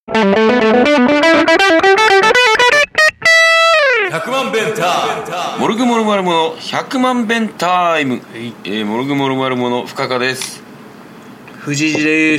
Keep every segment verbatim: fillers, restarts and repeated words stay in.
ひゃくまん弁タイム、モルグモルマルモのひゃくまん弁タイム、えー、モルグモルマルモの深川です。 藤井です。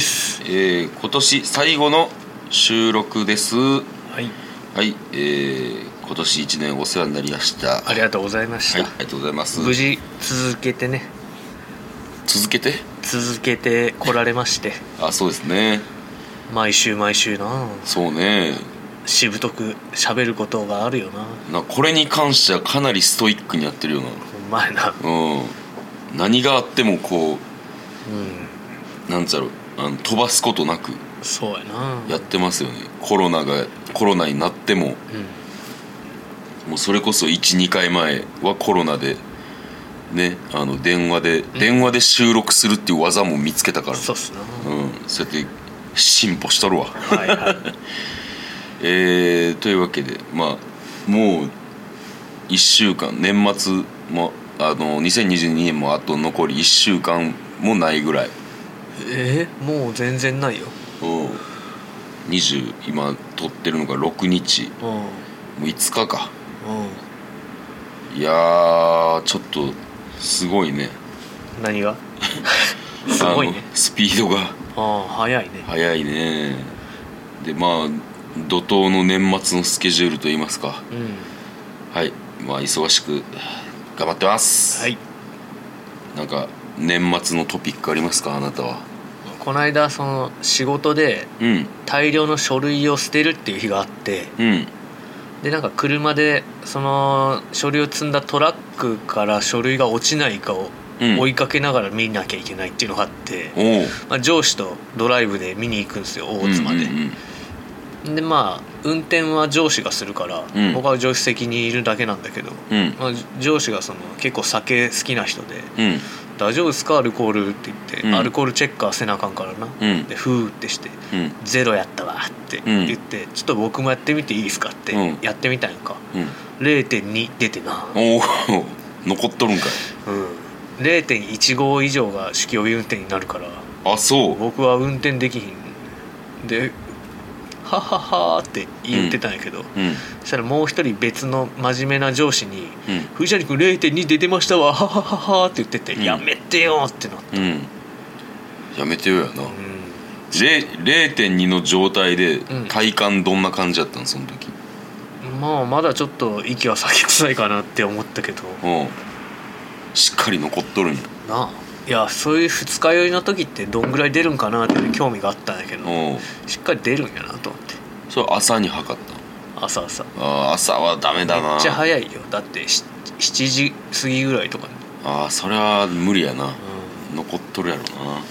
えー、今年最後の収録です。はいはい、えー、今年いちねんお世話になりました。 ありがとうございました。 はい、ありがとうございます。 無事続けてね続けて続けてこられましてあ、そうですね、 毎週毎週な。 そうね、 しぶとく喋ることがあるよな。 なこれに関してはかなりストイックにやってるよな。 お前な。 うん何があってもこう、 うんなんちゃろう、あの飛ばすことなくそうやなやってますよね。コロナがコロナになっても、うん、もうそれこそ いち,に 回前はコロナでね、あの電話で、うん、電話で収録するっていう技も見つけたから。 そうっすな、 うん、そうやって進歩しとるわ。 はいはいえー、というわけで、まあもういっしゅうかん、年末もあのにせんにじゅうにねんもあと残りいっしゅうかんもないぐらい。 えー、もう全然ないよ。 うんにじゅう今撮ってるのがろくにち、うん、もういつかか。うんいやーちょっとすごいね。 何がすごいね。 スピードがあ早いね。 早いね。でまあ怒涛の年末のスケジュールといいますか、うん、はいまあ忙しく頑張ってます。 はいなんか年末のトピックありますか、あなたは。 この間その仕事で大量の書類を捨てるっていう日があって、うん、でなんか車でその書類を積んだトラックから書類が落ちないかを追いかけながら見なきゃいけないっていうのがあって、うんまあ、上司とドライブで見に行くんですよ、大津まで、うんうんうん、でまあ運転は上司がするから、うん、僕は助手席にいるだけなんだけど、うんまあ、上司がその結構酒好きな人で、うん大丈夫ですかアルコールって言って、うん、アルコールチェッカーせなあかんからな、うん、でフーってして、うん、ゼロやったわって言って、うん、ちょっと僕もやってみていいですかって、うん、やってみたんやんか、うん、れいてんに 出てな。 おお残っとるんかい、 うん、れいてんいちご 以上が酒気帯び運転になるから。 あそう僕は運転できひんではははって言ってたんやけど、うんうん、そしたらもう一人別の真面目な上司に「うん、藤谷君 れいてんに 出てましたわはははは」って言ってて、うん、やめてよってなった、うん、 やめてよやな、うん、れいてんに の状態で体感どんな感じだったんその時。 まあまだちょっと息は先臭いかなって思ったけど、 うんしっかり残っとるんやなあ。いやそういう二日酔いの時ってどんぐらい出るんかなって興味があったんやけど、しっかり出るんやなと思って。 それ朝に測った朝朝あ朝はダメだな。 めっちゃ早いよ。だってしちじ過ぎぐらいとかに。 ああそれは無理やな、うん、残っとるやろな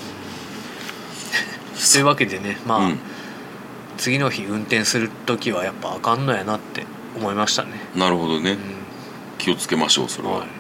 というわけでねまあ、うん、次の日運転する時はやっぱあかんのやなって思いましたね。 なるほどね、うん、気をつけましょうそれは、はい。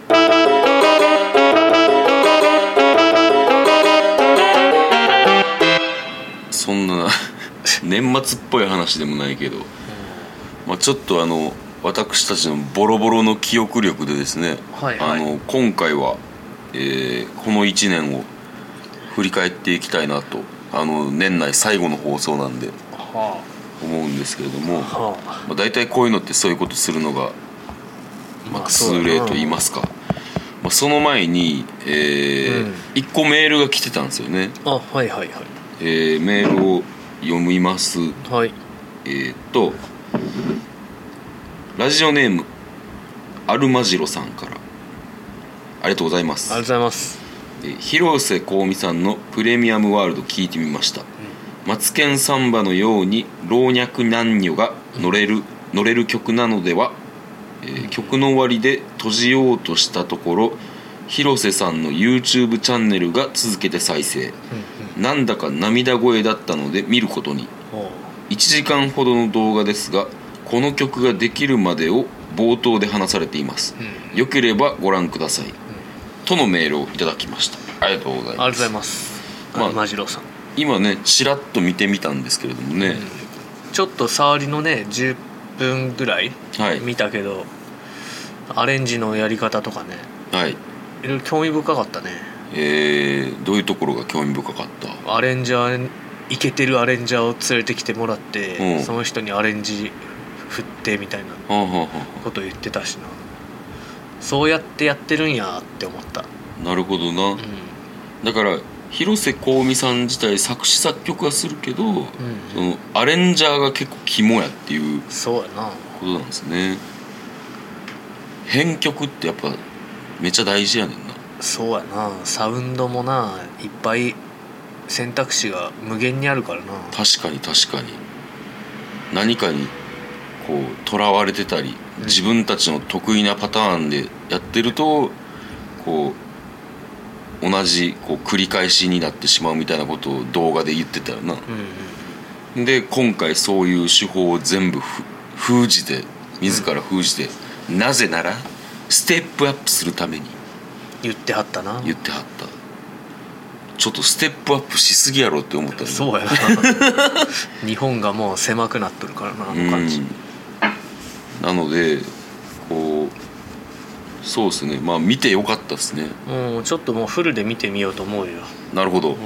そんな年末っぽい話でもないけど、まあ、ちょっとあの私たちのボロボロの記憶力でですね、はいはい、あの今回は、えー、このいちねんを振り返っていきたいなと。あの年内最後の放送なんで思うんですけれども、はあまあ、大体こういうのってそういうことするのが、まあ、通例と言いますか、まあ、その前に、えーうん、いっこメールが来てたんですよね。 あはいはいはい。 えー、メールを読みます。 はい。 えー、っとラジオネームアルマジロさんからありがとうございます。 ありがとうございます。 えー、広瀬香美さんのプレミアムワールド聞いてみました、うん、マツケンサンバのように老若男女が乗れる、うん、乗れる曲なのでは、えー、曲の終わりで閉じようとしたところ広瀬さんの YouTube チャンネルが続けて再生、うんうん、なんだか涙声だったので見ることに。いちじかんほどの動画ですがこの曲ができるまでを冒頭で話されています、うん、よければご覧ください、うん、とのメールをいただきました。ありがとうございます。 ありがとうございます、まあ、マジローさん今ねちらっと見てみたんですけれどもね、うん、 ちょっと触りのねじゅっぷんぐらい見たけど、はい、アレンジのやり方とかね、はい、いろいろ興味深かったね。 えー、どういうところが興味深かった？ アレンジャーイケてるアレンジャーを連れてきてもらって、 うん、 その人にアレンジ振ってみたいなことを言ってたしな。そうやってやってるんやって思った。 なるほどな、うん、だから広瀬香美さん自体作詞作曲はするけど、うん、そのアレンジャーが結構肝やっていうそうやなことなんですね。編曲ってやっぱめっちゃ大事やねんな。 そうやな。サウンドもないっぱい選択肢が無限にあるからな。 確かに確かに。何かにこうとらわれてたり、うん、自分たちの得意なパターンでやってるとこう同じこう繰り返しになってしまうみたいなことを動画で言ってたよな、うんうん、で今回そういう手法を全部封じて自ら封じて、うん、なぜならステップアップするために言ってはったな。 言ってはった。ちょっとステップアップしすぎやろって思った、ね、 そうやな日本がもう狭くなっとるからな、あの感じ。 なのでこうそうですね、まあ見てよかったですね。 うん、ちょっともうフルで見てみようと思うよ。 なるほど、うん、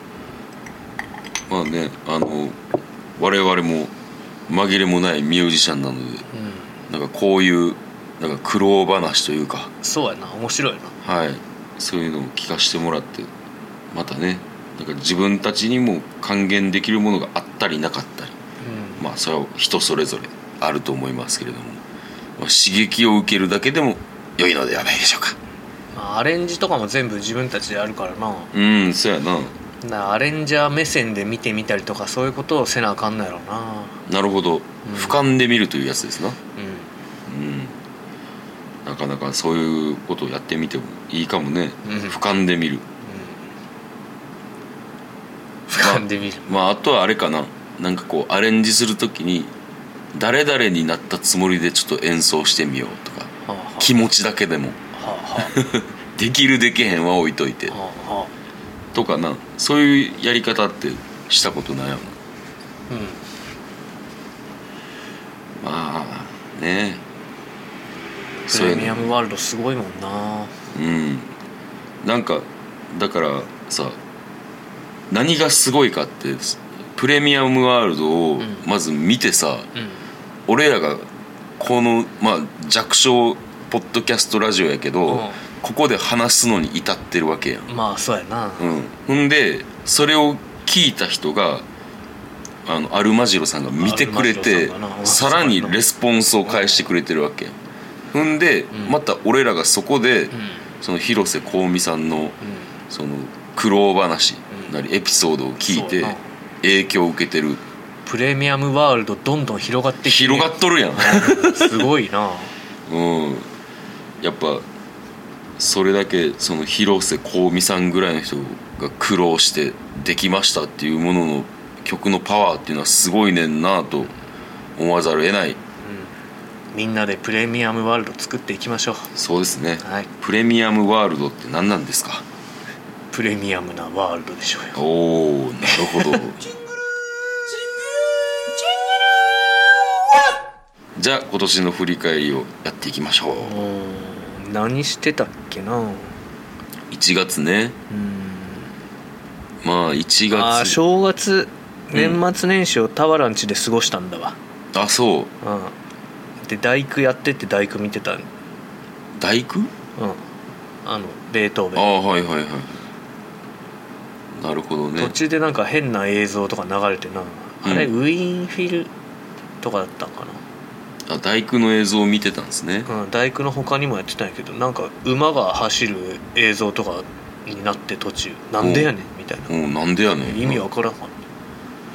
まあね、あの我々も紛れもないミュージシャンなので、うん、なんかこういうなんか苦労話というか、 そうやな、面白いな。 はい、そういうのを聞かせてもらって、またね、なんか自分たちにも還元できるものがあったりなかったり、うん、まあそれは人それぞれあると思いますけれども、まあ、刺激を受けるだけでも良いのではないでしょうか。 まあ、アレンジとかも全部自分たちでやるからな。 うん、そうやな。 なアレンジャー目線で見てみたりとか、そういうことをせなあかんのやろな。 なるほど、うん、俯瞰で見るというやつですな。うん、うん、なかなかそういうことをやってみてもいいかもね、うん、俯瞰で見る、 うん、俯瞰で見る。 まあ、まああとはあれかな、なんかこうアレンジするときに誰々になったつもりでちょっと演奏してみようとか、はあはあ、気持ちだけでも、はあはあ、できるできへんは置いといて、はあはあ、とかな、そういうやり方ってしたことないよな。うん、まあね、 プレミアムワールドすごいもんな。 うん、なんかだからさ、何がすごいかってプレミアムワールドをまず見てさ、うんうん、俺らがこの、まあ、弱小ポッドキャストラジオやけど、うん、ここで話すのに至ってるわけやん。 まあそうやな、 うん、ほんでそれを聞いた人があのアルマジロさんが見てくれて、さらにレスポンスを返してくれてるわけやん。ほんで、うん、また俺らがそこで、うん、その広瀬香美さんの、うん、その苦労話なりエピソードを聞いて影響を受けてる。 プレミアムワールドどんどん広がってきて広がっとるやんすごいな。 うん、やっぱそれだけその広瀬香美さんぐらいの人が苦労してできましたっていうものの曲のパワーっていうのはすごいねんなと思わざるを得ない。 みんなでプレミアムワールド作っていきましょう。 そうですね、 はい、 プレミアムワールドって何なんですか。 プレミアムなワールドでしょうよ。 おお、なるほどじゃあ今年の振り返りをやっていきましょう。 何してたっけな。 いちがつね。うん、まあいちがつ、 あ、正月年末年始を田原ん家で過ごしたんだわ。 あ、そう。 うん、で大工やってって大工見てた。 大工？うん、 あのベートーベン。 あ、はいはいはい。なるほどね。 途中でなんか変な映像とか流れてな、あれ、うん、ウィーンフィルとかだったんかな。 あ、大工の映像を見てたんですね。 うん、大工の他にもやってたんやけど、なんか馬が走る映像とかになって途中なんでやねんみたいな。 うん、なんでやねん。 意味わからんかった。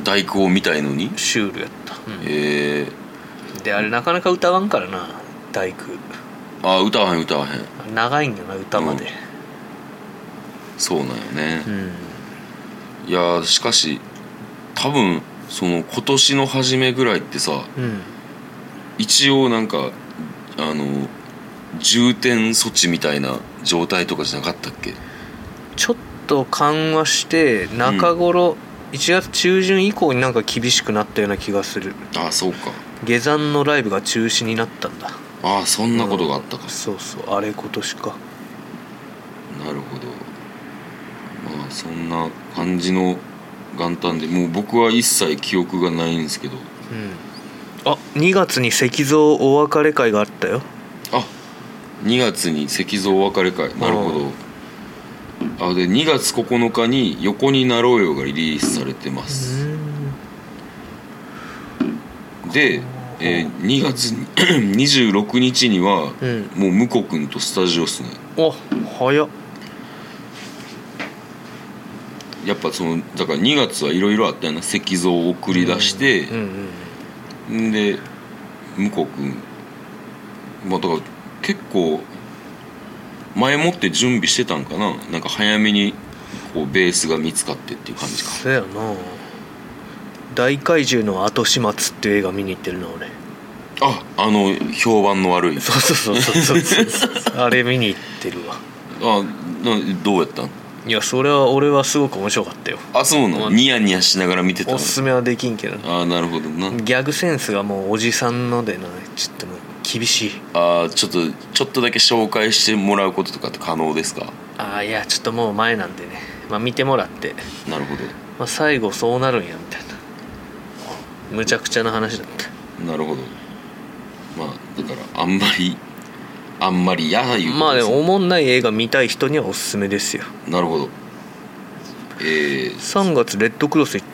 大工を見たいのにシュールやった。 うん、えー、であれなかなか歌わんからな、大工。 あ、歌わへん歌わへん。 長いんやな歌まで、うん、 そうなんよね、うん、いやしかし多分その今年の初めぐらいってさ、うん、一応なんかあの重点措置みたいな状態とかじゃなかったっけ。 ちょっと緩和して中頃、うん、いちがつ中旬以降になんか厳しくなったような気がする。 ああ、そうか。 下山のライブが中止になったんだ。 ああ、そんなことがあったか、うん、 そうそう、あれ今年か。 なるほど。まあそんな感じの元旦でもう僕は一切記憶がないんですけど、 うん、あにがつに石像お別れ会があったよ。 あにがつに石像お別れ会、なるほど。あでにがつここのかに横になろうよがリリースされてます。で、えー、にがつにじゅうろくにちには、うん、もう向こくんとスタジオっすね。 あ早っ。 やっぱそのだからにがつはいろいろあったような石像を送り出して、うんうんうん、で向こくんまあだから結構前もって準備してたんかな。なんか早めにこうベースが見つかってっていう感じか。 そうやな。大怪獣の後始末っていう映画見に行ってるな俺。 ああの評判の悪い。 そうそうそうそうそうあれ見に行ってるわ。 あなどうやったん。 いやそれは俺はすごく面白かったよ。 あそうなの、ニヤニヤしながら見てたの。 おすすめはできんけど。 あなるほどな。 ギャグセンスがもうおじさんのでなちょっと厳しい。 あちょっとちょっとだけ紹介してもらうこととかって可能ですか。 あいやちょっともう前なんでね、まあ、見てもらって。 なるほど、 まあ、最後そうなるんやみたいなむちゃくちゃな話だった。 なるほど。まあだからあんまりあんまりやいうことですね。 まあでもおもんない映画見たい人にはおすすめですよ。 なるほど。えー、 さんがつレッドクロス行った？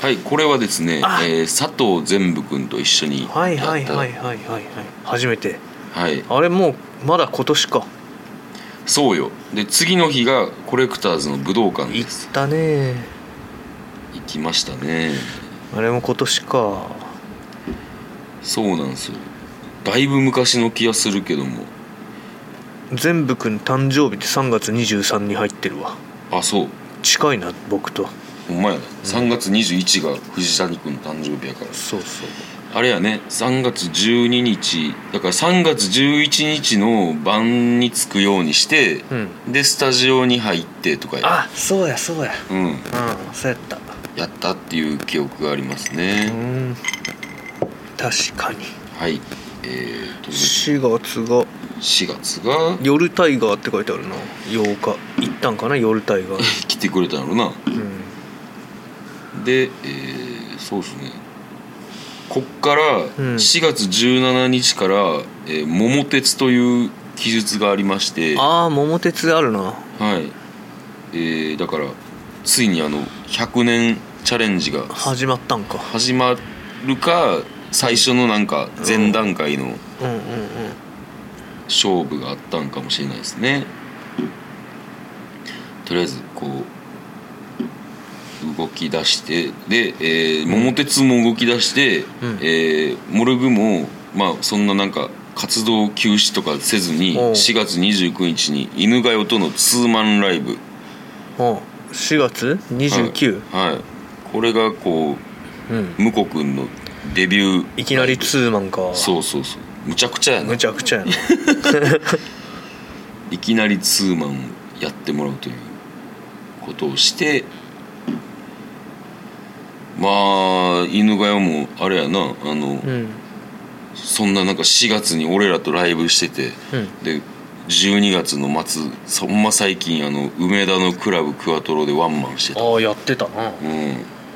はいこれはですね、えー、佐藤善武君と一緒にやった。 はいはいはいはいはいはい初めて。 はいあれもうまだ今年か。 そうよ。で次の日がコレクターズの武道館です。 行ったね。 行きましたね。 あれも今年か。 そうなんですよ。だいぶ昔の気がするけども。 善武君誕生日ってさんがつにじゅうさんに入ってるわ。 あそう近いな僕と。 ほんまやな、うん、さんがつにじゅういちが藤谷君の誕生日やから。 そうそうあれやねさんがつじゅうににちだからさんがつじゅういちにちの晩に着くようにして、うん、でスタジオに入ってとかや。 あそうやそうやうん、うん、 そうやったやったっていう記憶がありますね。 うん確かに。 はいえーとしがつがしがつが夜タイガーって書いてあるな。ようか行ったんかな夜タイガー来てくれたのな、 うん、 で、えー、そうですねこっからしがつじゅうしちにちから、うんえー、桃鉄という記述がありまして。 ああ桃鉄あるな。 はい、えー、だからついにあのひゃくねんチャレンジが始まったんか。 始まるか最初のなんか前段階の勝負があったんかもしれないですね。とりあえずこう動き出してで、えー、桃鉄も動き出して、うんえー、モルグもまあそんななんか活動休止とかせずにしがつにじゅうくにちに犬ヶ代とのツーマンライブ。 しがつにじゅうく？ はい、はい、これがこう、うん、向こくんのデビューいきなりツーマンか。 そうそうそうむちゃくちゃやな。 むちゃくちゃやないきなりツーマンやってもらうということをしてまあ犬ヶ代もあれやなあの、うん、そんななんかしがつに俺らとライブしてて、うん、でじゅうにがつの末そんま最近あの梅田のクラブクワトロでワンマンしてた。 ああやってたな。 うん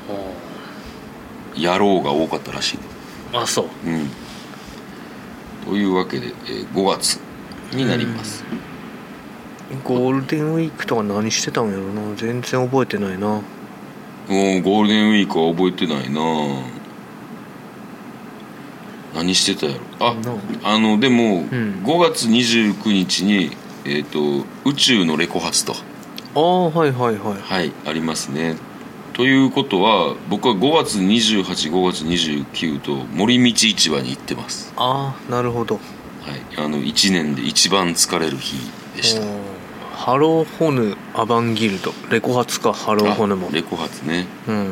野郎が多かったらしい。 あそう、 うん、というわけで、えー、ごがつになります、 うん、ゴールデンウィークとか何してたんやろな全然覚えてないな。 もうゴールデンウィークは覚えてないな。何してたやろ。あ、あのでも、うん、ごがつにじゅうくにちに、えーと、宇宙のレコ発とああはいはいはいはいありますね。ということは僕はごがつにじゅうはち、ごがつにじゅうくと森道市場に行ってます。 ああなるほど。はいあのいちねんで一番疲れる日でした。 ハローホヌアバンギルドレコ発か。ハローホヌもレコ発ね。 うん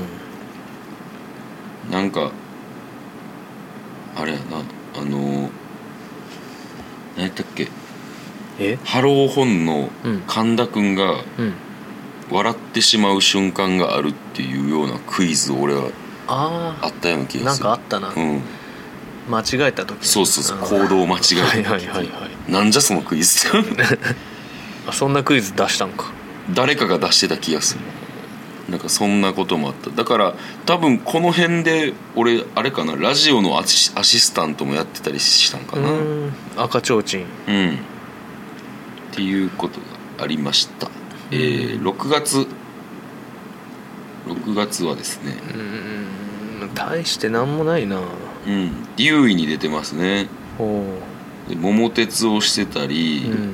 なんかあれやなあの何やったっけえハローホンの神田くんが、うん笑ってしまう瞬間があるっていうようなクイズを俺はあったような気がする。 なんかあったな、うん、間違えた時そうそうそう行動を間違えた時、はいはいはいはい、なんじゃそのクイズ。 あそんなクイズ出したんか。 誰かが出してた気がする。 なんかそんなこともあった。だから多分この辺で俺あれかな、ラジオのアシアシスタントもやってたりしたんかな。 うん、赤ちょうちん。 うんっていうことがありました。えー、ろくがつろくがつはですね、 うん、大してなんもないな。 うん、竜医に出てますね。 おで桃鉄をしてたり、うん、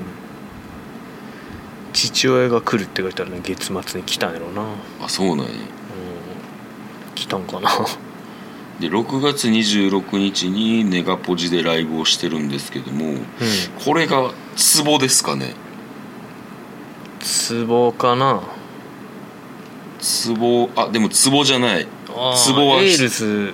父親が来るって書いてあるね。月末に来たんやろうな。 あ、そうなんや、うん、 来たんかな。 でろくがつにじゅうろくにちにネガポジでライブをしてるんですけども、うん、これがツボですかね。 ツボかな。 ツボ、あ、でもツボじゃない。ツボはエールズ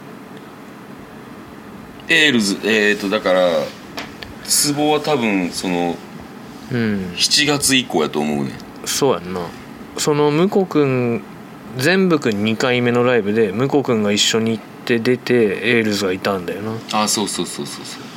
エールズえーとだからツボは多分その、うん、しちがつ以降やと思うね。 そうやんな。その向こうくん全部くんにかいめのライブで向こうくんが一緒に行って出てエールズがいたんだよな。 あ、そうそうそうそうそう。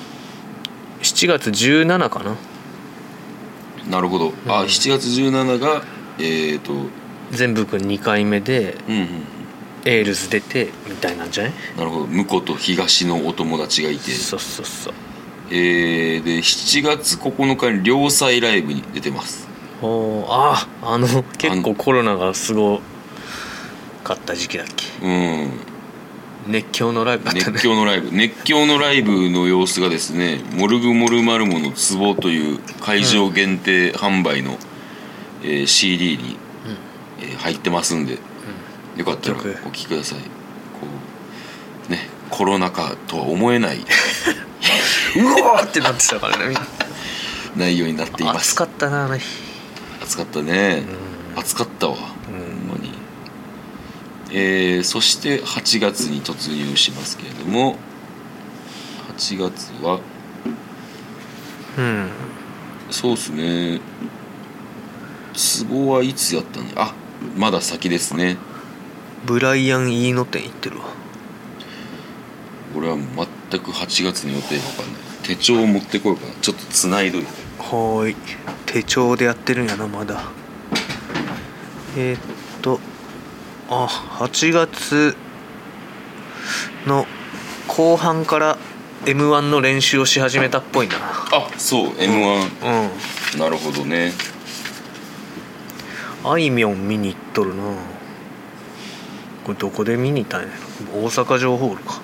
しちがつじゅうしちにちかな。 なるほど、うん、あ、しちがつじゅうしちにちがえーと全部くんにかいめで、うんうん、エールズ出てみたいなんじゃない？ なるほど。向こうと東のお友達がいて、 そうそうそう。 えー、でしちがつここのかに両サイライブに出てます。 おああの結構コロナがすごかった時期だっけ。うん、熱狂のライブだったね。 熱狂のライブ熱狂のライブの様子がですね、モルグモルマルモのツボという会場限定販売の、うん、えー、シーディー に、うん、えー、入ってますんで、うん、よかったらお聴きください。こうね、コロナ禍とは思えないうわーってなってたからね。 内容になっています。 暑かったなあの日。 暑かったね、うん、暑かったわ、うん、ほんまに。えー、そしてはちがつに突入しますけれども、はちがつは、うん、そうですね、ツボはいつやったの？あ、まだ先ですね。 ブライアン・イーノ店行ってるわ。 俺は全くはちがつの予定が分かんない。手帳を持ってこようかな。ちょっとつないどいて。 はーい。手帳でやってるんやな、まだ。えー、っとあはちがつの後半から エムワン の練習をし始めたっぽいな。 あ、そう、 エムワン、うん、なるほどね。 あいみょん見に行っとるな。これどこで見に行ったんや。大阪城ホールか。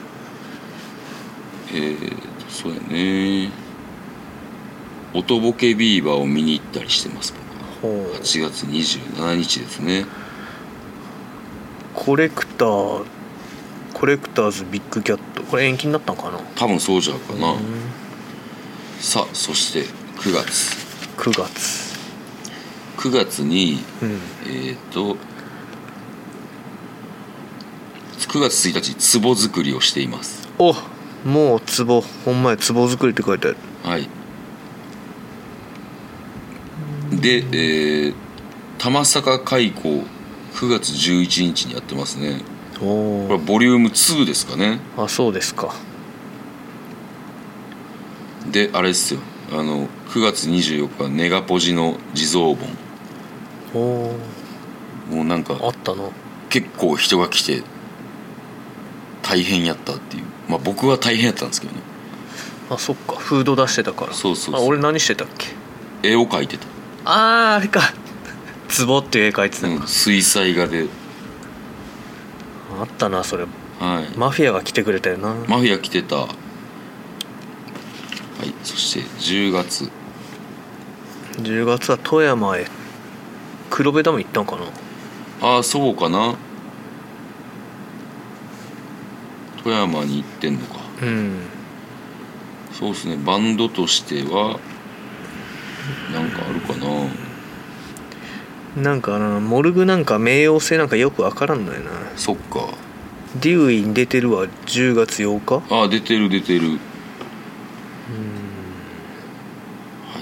えーそうやね。音ボケビーバーを見に行ったりしてます。僕ははちがつにじゅうしちにちですね。 コレクターコレクターズビッグキャット、これ延期になったのかな。 多分そうじゃうかな。さあ、そしてくがつくがつくがつに、うん、えっとくがつついたち壺作りをしています。 お、もう壺、ほんまや、壺作りって書いてある。 はい。で、えー、玉坂開港くがつじゅういちにちにやってますね。お、これはボリュームツーですかね。 あ、そうですか。 で、あれですよ、あのくがつにじゅうよっかネガポジの地蔵盆。お、もうなんかあったの。 結構人が来て大変やったっていう。まあ僕は大変やったんですけどね。 あ、そっか、フード出してたから。 そうそうそう。 あ、俺何してたっけ。 絵を描いてた。 あー、あれか、壺っていう絵描いてたのか、うん、 水彩画で。 あったなそれ。 はい。 マフィアが来てくれたよな。 マフィア来てた。はい。そしてじゅうがつじゅうがつは富山へ黒部ダム行ったんかな。 ああ、そうかな。富山に行ってんのか。うん。そうですね。バンドとしてはなんかあるかな。 なんかな、モルグなんか冥王星なんかよくわからんのよな。 そっか。 デューイに出てるわ、じゅうがつようか。 ああ、出てる出てる。うん。はい、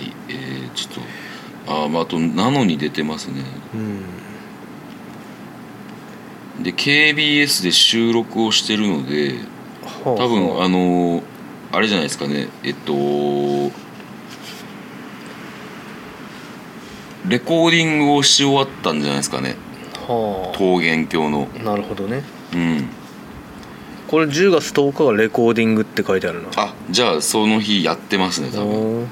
えー、ちょっとああ、まあ、あとナノに出てますね。うん。で ケービーエス で収録をしてるので、多分、はあ、あのあれじゃないですかね。えっとレコーディングをし終わったんじゃないですかね。 はあ、 桃源郷の。 なるほどね。 うん。 これじゅうがつとおかがレコーディングって書いてあるな。 あ、じゃあその日やってますね多分。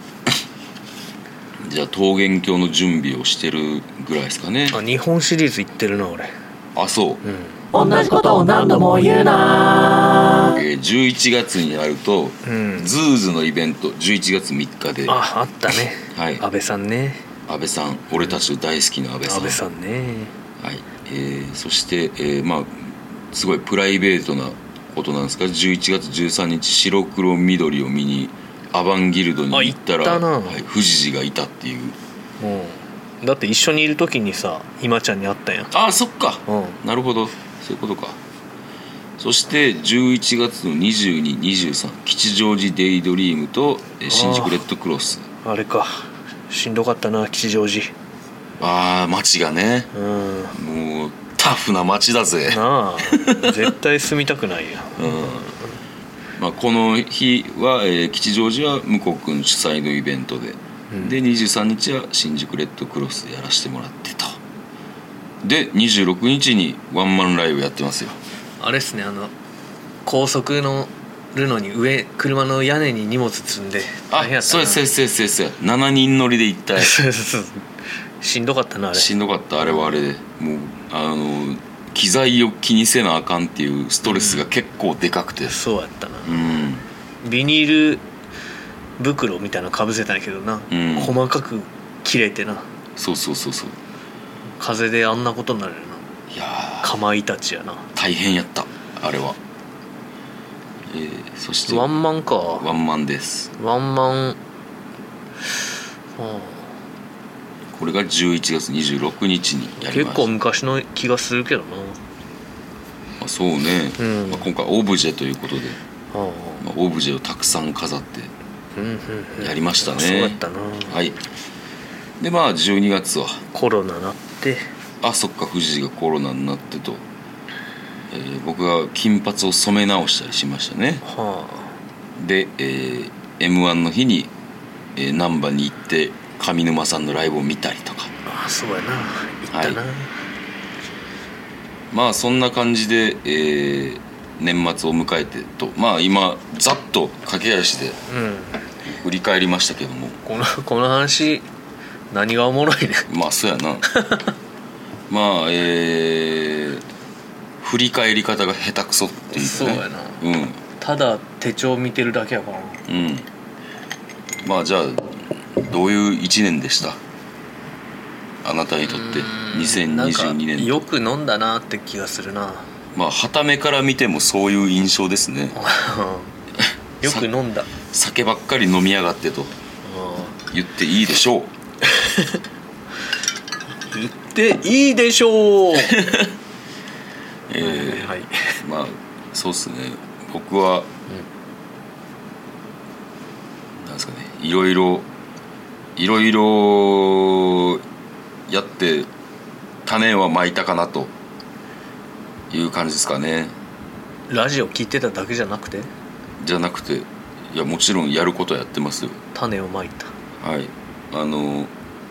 じゃあ桃源郷の準備をしてるぐらいですかね。 あ、日本シリーズ行ってるな俺。 あ、そう、 うん、同じことを何度も言うな、 えー、じゅういちがつになると、うん、ズーズのイベントじゅういちがつみっかで。 あ、あったね。 はい、 安倍さんね。 安倍さん、俺たち大好きな安倍さん。 安倍さんね。 はい、えー、そして、えー、まあすごいプライベートなことなんですが、じゅういちがつじゅうさんにち白黒緑を見にアバンギルドに行ったら、 行ったな、 はい、富士寺がいたっていう。 うん、だって一緒にいる時にさ今ちゃんに会ったやん。 あ、そっか、 うん、 なるほど、そういうことか。そしてじゅういちがつのにじゅうに、にじゅうさん吉祥寺デイドリームと新宿レッドクロス。 あ, あれか、しんどかったな吉祥寺。 ああ、街がね、うん、もうタフな街だぜなあ絶対住みたくないや、 うん、まあ、この日は、えー、吉祥寺は向こう君主催のイベントで、うん、でにじゅうさんにちは新宿レッドクロスでやらせてもらってと。でにじゅうろくにちにワンマンライブやってますよ。 あれっすね、あの高速のるのに上車の屋根に荷物積んで大変やったな。あ、そうですそうですそうです。ななにん乗りで行ったしんどかったなあれ。 しんどかった、あれはあれで。もうあの機材を気にせなあかんっていうストレスが結構でかくて、うん、 そうやったな、 うん、 ビニール袋みたいなのかぶせたんやけどな、うん、細かく切れてな。 そうそうそうそう、 風であんなことになるよな。 いやかまいたちやな。 大変やったあれは。えー、そしてワンマンか。 ワンマンです。 ワンマン、はあ、これがじゅういちがつにじゅうろくにちにやります。 結構昔の気がするけどな。 まあ、そうね、うん、まあ、今回オブジェということで、はあ、まあ、オブジェをたくさん飾ってやりましたね、うんうんうん、そうやったな。はい。でまあじゅうにがつはコロナなって、 あ、そっか、富士がコロナになってと、えー、僕が金髪を染め直したりしましたね、はあ、で、えー、エムワン の日に、えー、難波に行って上沼さんのライブを見たりとか。 ああ、そうやな、行ったな、はい、 まあそんな感じで、えー、年末を迎えてと、まあ今ざっと駆け足で振り返りましたけども、 うん、このこの話何がおもろいね。 まあそうやなまあえー、振り返り方が下手くそっていうね。 そうやな、うん、ただ手帳見てるだけやから。 うん。まあじゃあどういういちねんでした、あなたにとって。にせんにじゅうにねん。 よく飲んだなって気がするな。 まあ傍目から見てもそういう印象ですねよく飲んだ。 酒ばっかり飲みやがってと言っていいでしょう言っていいでしょうえー、はい、まあそうっすね、僕は、うん、なんですかね、いろいろいろいろやって種はまいたかなという感じですかね。 ラジオ聞いてただけじゃなくてじゃなくて、いやもちろんやることはやってますよ。 種をまいた。 はい、あの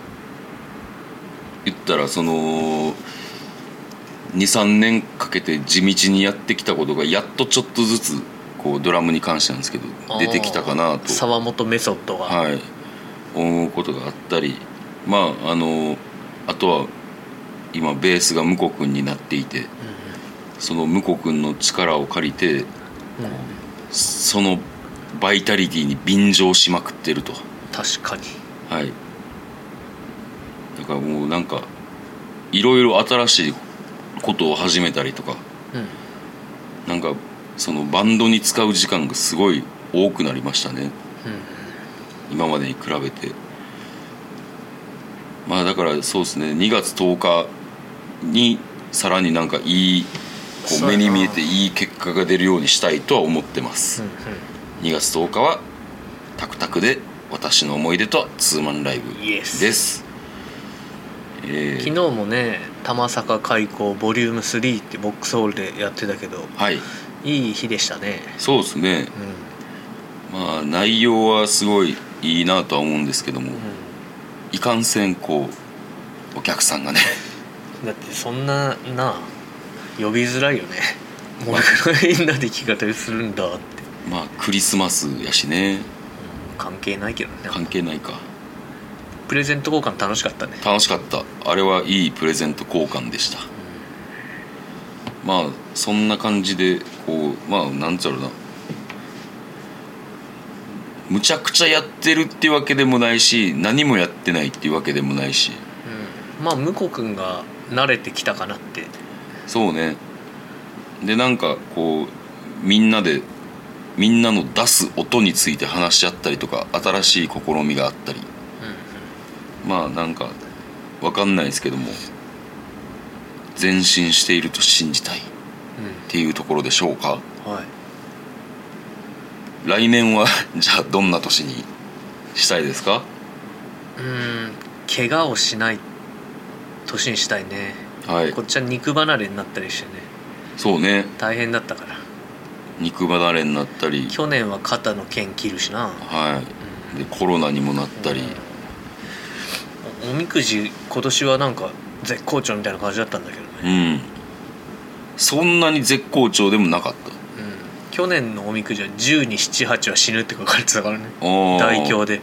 言ったらその にさんねんかけて地道にやってきたことがやっとちょっとずつこうドラムに関してなんですけど出てきたかなと、 沢本メソッドが、 はい、思うことがあったり、まああのあとは今ベースが向こう君になっていて、うん、その向こう君の力を借りて、うん、そのバイタリティに便乗しまくってると。 確かに。 はい。だからもうなんかいろいろ新しいことを始めたりとか、うん、なんかそのバンドに使う時間がすごい多くなりましたね、うん、今までに比べて。まあだからそうですね、にがつとおかにさらになんかいいこう目に見えていい結果が出るようにしたいとは思ってます、うんうん、にがつとおかはタクタクで私の思い出とツーマンライブです、 えー、昨日もね玉坂開港ボリュームスリーってボックスホールでやってたけど、はい、いい日でしたね。 そうですね、うん、まあ内容はすごいいいなとは思うんですけども、うん、いかんせんこうお客さんがねだってそんなな呼びづらいよね。もうみんなで弾き語りするんだって。 まあクリスマスやしね、うん、 関係ないけどね。 関係ないか。 プレゼント交換楽しかったね。 楽しかった。あれはいいプレゼント交換でした、うん、まあそんな感じでこうまあなんつうのな、むちゃくちゃやってるっていうわけでもないし何もやってないっていうわけでもないし、 うん、まあ向こうくんが慣れてきたかなって。 そうね。でなんかこうみんなでみんなの出す音について話し合ったりとか新しい試みがあったり、うん、まあなんか分かんないですけども前進していると信じたいっていうところでしょうか、うんはい、来年はじゃあどんな年にしたいですか？ うーん怪我をしない年にしたいね、はい、こっちは肉離れになったりしてね。 そうね、 大変だったから。 肉離れになったり去年は肩の腱切るしな、 はい、うん、でコロナにもなったり、 うん、おみくじ今年はなんか絶好調みたいな感じだったんだけどね、 うん、そんなに絶好調でもなかった、うん、 去年のおみくじはじゅうに、なな、はちは死ぬって書かれてたからね。大凶で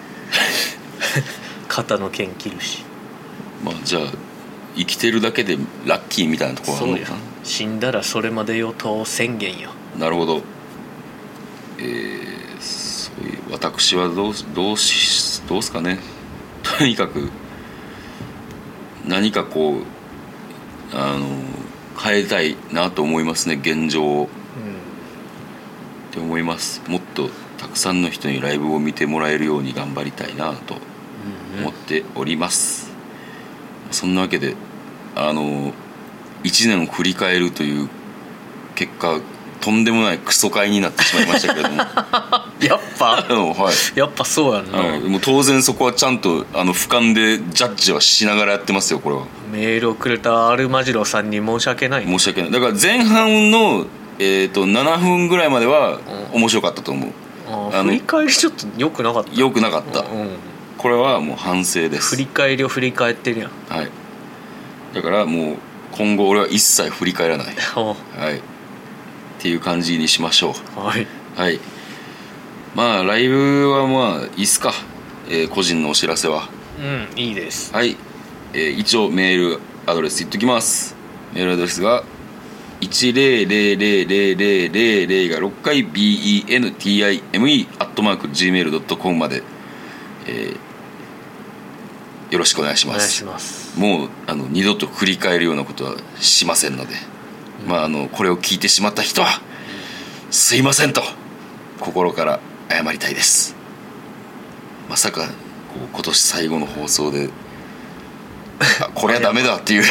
肩の腱切るし、 まあじゃあ生きてるだけでラッキーみたいなところあるのかな。そうよ、 死んだらそれまでよと宣言よ。 なるほど。えー、そういう私はどうどうしどうすかね。とにかく何かこうあの変えたいなと思いますね、現状を、うん、って思います。もっとたくさんの人にライブを見てもらえるように頑張りたいなと思っております、うんうん、そんなわけであのいちねんを振り返るという結果とんでもないクソ会になってしまいましたけれどもやっぱ、 はい、 やっぱそうやんな、 はい、もう当然そこはちゃんとあの俯瞰でジャッジはしながらやってますよ。これはメールをくれたアルマジロさんに申し訳ない。 申し訳ない。だから前半の、えー、とななふんぐらいまでは面白かったと思う、 うん、あ振り返りちょっと良くなかった。 良くなかった、うん、これはもう反省です。 振り返りを振り返ってるやん。 はい、だからもう今後俺は一切振り返らないはい、っていう感じにしましょう。 はい、 はい、まあライブはまあいいっすか、えー、個人のお知らせは。 うんいいです。 はい、えー、一応メールアドレス言っときます。メールアドレスがいちゼロゼロゼロゼロゼロゼロゼロがろっかい ビーイーエヌティーアイエムイー アットマーク ジーメールドットコム まで、えー、よろしくお願いします。 お願いします。 もうあの二度と繰り返るようなことはしませんので、うん、まああのこれを聞いてしまった人はすいませんと心から謝りたいです。まさかこう今年最後の放送であこれはダメだっていう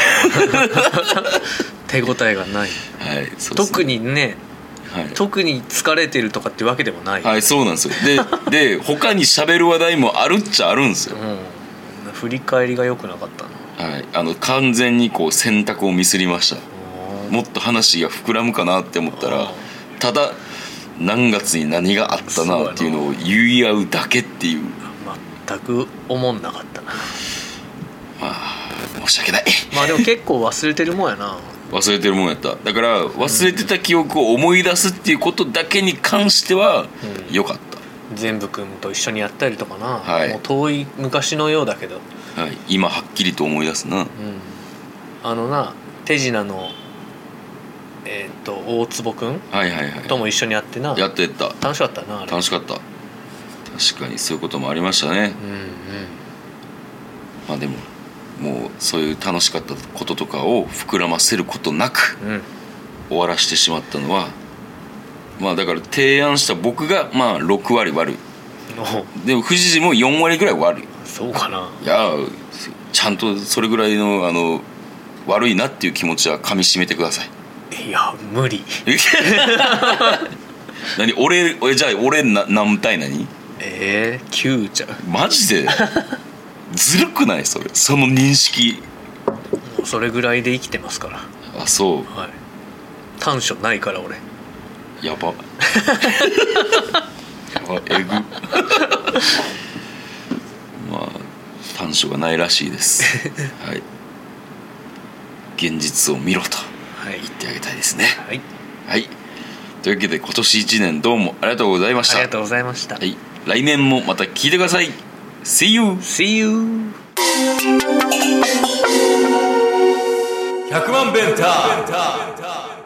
手応えがない、はいそうですね、特にね、はい、特に疲れてるとかってわけでもない。 はいそうなんですよ。でで他に喋る話題もあるっちゃあるんですよ、うん振り返りが良くなかったな。はい、あの完全にこう選択をミスりました。もっと話が膨らむかなって思ったらただ何月に何があったなっていうのを言い合うだけっていう。 全く思んなかったな。 まあ申し訳ない。 まあでも結構忘れてるもんやな。 忘れてるもんやった。だから忘れてた記憶を思い出すっていうことだけに関しては良かった、 うん、全部君と一緒にやったりとかな、 はい、 もう遠い昔のようだけど、 はい、今はっきりと思い出すな、うん、 あのな手品のえー、っと大坪君、 はいはいはい、 とも一緒にやってな。 やってた。 楽しかったなあれ。 楽しかった。確かにそういうこともありましたね、うんうん、まあでももうそういう楽しかったこととかを膨らませることなく、うん、終わらしてしまったのはまあだから提案した僕がまあろくわり悪い。でも藤次もよんわりぐらい悪い。 そうかな。 いやちゃんとそれぐらいのあの悪いなっていう気持ちはかみしめてください。 いや無理何俺じゃあ俺な何対何えー、きゅうちゃう。 マジでずるくないそれ、その認識。 もうそれぐらいで生きてますから。 あそう、 はい、短所ないから俺。 やばやばえぐまあ短所がないらしいですはい現実を見ろと言ってあげたいですね。はい、はい、というわけで今年いちねんどうもありがとうございました。 ありがとうございました。 はい、来年もまた聞いてください。 See you! See you! ひゃくまんベンター